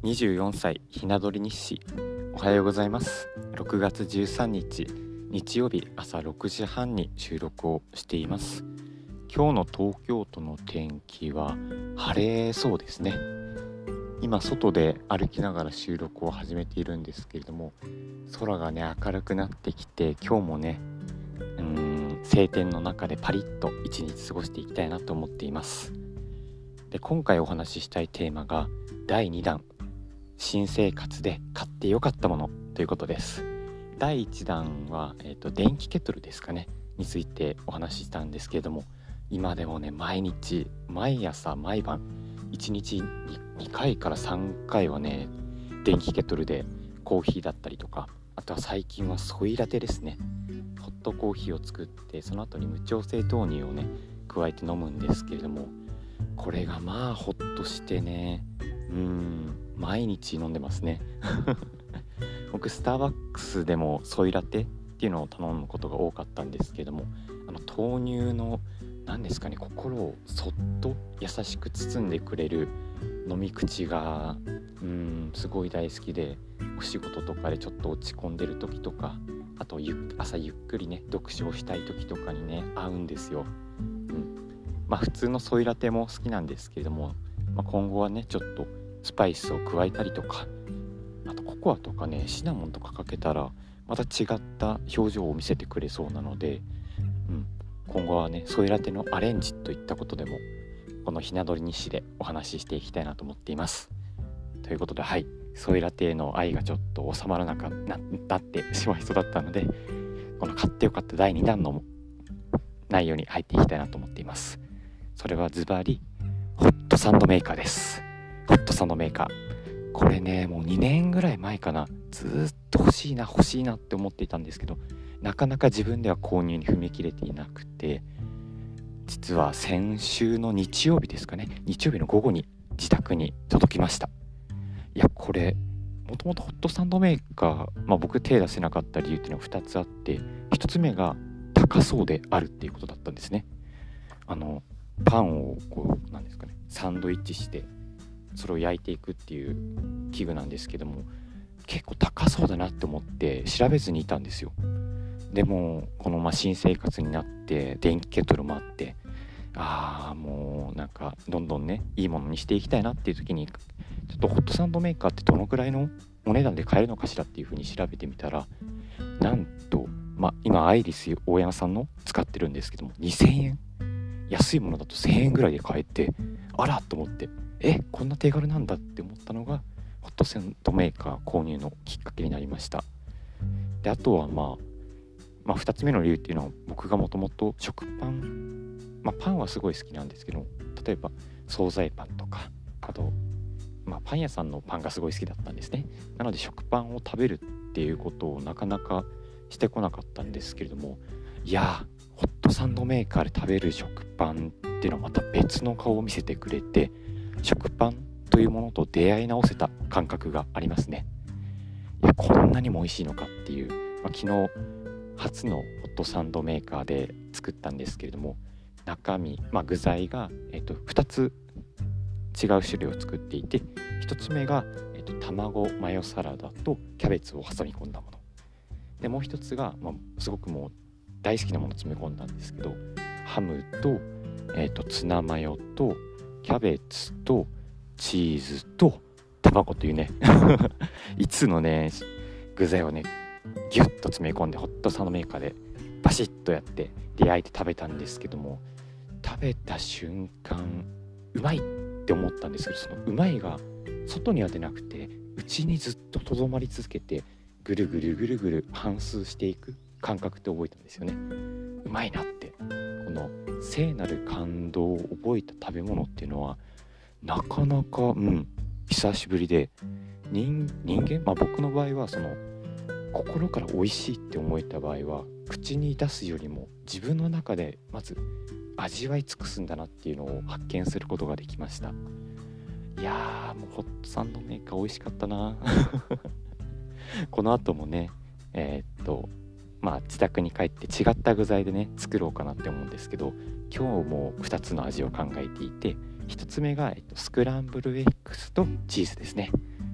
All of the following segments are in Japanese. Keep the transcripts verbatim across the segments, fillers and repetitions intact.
にじゅうよんさいひな鳥日誌。おはようございます。ろくがつじゅうさんにち日曜日朝ろくじはんに収録をしています。今日の東京都の天気は晴れそうですね。今外で歩きながら収録を始めているんですけれども、空がね明るくなってきて、今日もねうーん晴天の中でパリッと一日過ごしていきたいなと思っています。で、今回お話ししたいテーマがだいにだん、新生活で買ってよかったものということです。だいいちだんは、えーと、電気ケトルですかねについてお話ししたんですけれども、今でもね毎日毎朝毎晩いちにちにかいからさんかいはね電気ケトルでコーヒーだったりとか、あとは最近はソイラテですね、ホットコーヒーを作ってその後に無調整豆乳をね加えて飲むんですけれども、これがまあホッとしてねうーん毎日飲んでますね僕スターバックスでもソイラテっていうのを頼むことが多かったんですけども、あの豆乳の何ですかね、心をそっと優しく包んでくれる飲み口がうーんすごい大好きで、お仕事とかでちょっと落ち込んでる時とか、あとゆ朝ゆっくりね読書をしたい時とかにね合うんですよ。うんまあ普通のソイラテも好きなんですけれども、まあ、今後はねちょっとスパイスを加えたりとか、あとココアとかねシナモンとかかけたらまた違った表情を見せてくれそうなので、うん、今後はねソイラテのアレンジといったことでもこのひな鳥日誌でお話ししていきたいなと思っています。ということで、はいソイラテへの愛がちょっと収まらなかななってしまいそうだったので、この買ってよかっただいにだんの内容に入っていきたいなと思っています。それはズバリホットサンドメーカーです。ホットサンドメーカー、これねもうにねんぐらい前かな、ずっと欲しいな欲しいなって思っていたんですけど、なかなか自分では購入に踏み切れていなくて、実は先週の日曜日ですかね、日曜日の午後に自宅に届きました。いやこれもともとホットサンドメーカー、まあ、僕手出せなかった理由っていうのはふたつあって、ひとつめが高そうであるっていうことだったんですね。あのパンをこうなんですかねサンドイッチしてそれを焼いていくっていう器具なんですけども、結構高そうだなって思って調べずにいたんですよ。でもこのまあ新生活になって電気ケトルもあって、ああもうなんかどんどんねいいものにしていきたいなっていう時に、ちょっとホットサンドメーカーってどのくらいのお値段で買えるのかしらっていう風に調べてみたら、なんとまあ今アイリス大山さんの使ってるんですけどもにせんえん、安いものだとせんえんぐらいで買えて、あらと思って、えこんな手軽なんだって思ったのがホットサンドメーカー購入のきっかけになりました。であとはまあまあふたつめの理由っていうのは、僕がもともと食パン、まあパンはすごい好きなんですけど、例えば惣菜パンとか、あとまあパン屋さんのパンがすごい好きだったんですね。なので食パンを食べるっていうことをなかなかしてこなかったんですけれども、いやホットサンドメーカーで食べる食パンっていうのはまた別の顔を見せてくれて、食パンというものと出会い直せた感覚がありますね。いやこんなにも美味しいのかっていう、まあ、昨日初のホットサンドメーカーで作ったんですけれども、中身、まあ、具材が、えーと、ふたつ違う種類を作っていて、ひとつめが、えーと、卵マヨサラダとキャベツを挟み込んだもので、もう一つが、まあ、すごくもう大好きなものを詰め込んだんですけど、ハムと、えーと、ツナマヨとキャベツとチーズと卵というねいつつのね具材をねギュッと詰め込んでホットサンドメーカーでバシッとやって焼いて食べたんですけども、食べた瞬間うまいって思ったんですけど、そのうまいが外には出なくて内にずっととどまり続けて、ぐるぐるぐるぐる反芻していく感覚って覚えたんですよね。うまいなって、この聖なる感動を覚えた食べ物っていうのはなかなかうん久しぶりで、人, 人間まあ僕の場合はその心から美味しいって思えた場合は口に出すよりも自分の中でまず味わい尽くすんだなっていうのを発見することができました。いやーもうホットサンドメーカー美味しかったなこの後もねえー、っとまあ自宅に帰って違った具材でね作ろうかなって思うんですけど、今日もふたつの味を考えていて、ひとつめが、えっと、スクランブルエッグスとチーズですね。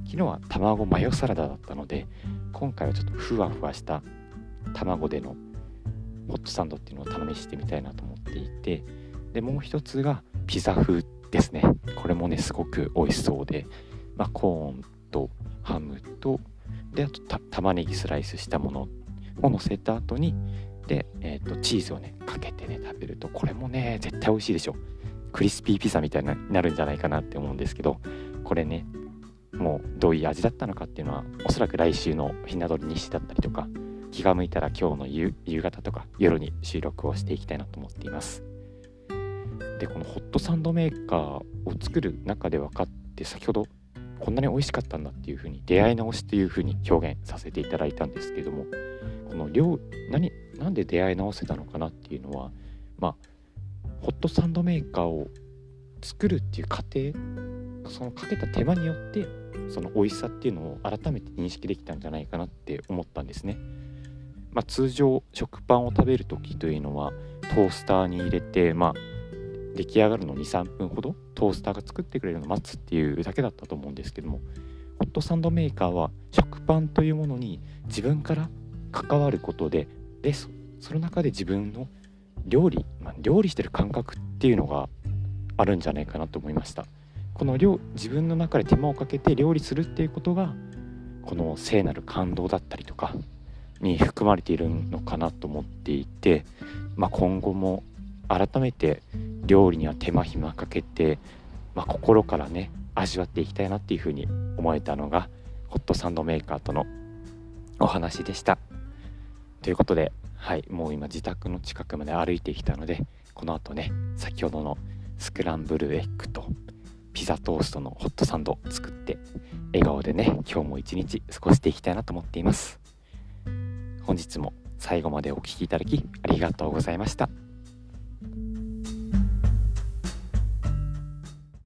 昨日は卵マヨサラダだったので、今回はちょっとふわふわした卵でのホットサンドっていうのを試してみたいなと思っていて、でもう一つがピザ風ですね。これもねすごく美味しそうで、まあ、コーンとハムとであとた玉ねぎスライスしたものを乗せた後にで、えー、とチーズをねかけてね食べると、これもね絶対美味しいでしょ。クリスピーピザみたいになるんじゃないかなって思うんですけど、これねもうどういう味だったのかっていうのはおそらく来週のひな鳥日誌だったりとか、気が向いたら今日の 夕, 夕方とか夜に収録をしていきたいなと思っています。でこのホットサンドメーカーを作る中で分かって、先ほどこんなに美味しかったんだっていう風に出会い直しという風に表現させていただいたんですけども、この量何なんで出会い直せたのかなっていうのは、まあホットサンドメーカーを作るっていう過程、そのかけた手間によってその美味しさっていうのを改めて認識できたんじゃないかなって思ったんですね。まあ、通常食パンを食べる時というのはトースターに入れて、まあ、出来上がるのにさんぷんほどトースターが作ってくれるのを待つっていうだけだったと思うんですけども、ホットサンドメーカーは食パンというものに自分から関わることで、で そ, その中で自分の料理、まあ、料理してる感覚っていうのがあるんじゃないかなと思いました。この料自分の中で手間をかけて料理するっていうことが、この聖なる感動だったりとかに含まれているのかなと思っていて、まあ、今後も改めて料理には手間暇かけて、まあ、心からね味わっていきたいなっていうふうに思えたのがホットサンドメーカーとのお話でした。ということで、はい、もう今自宅の近くまで歩いてきたので、この後ね先ほどのスクランブルエッグとピザトーストのホットサンドを作って笑顔でね今日も一日過ごしていきたいなと思っています。本日も最後までお聞きいただきありがとうございました。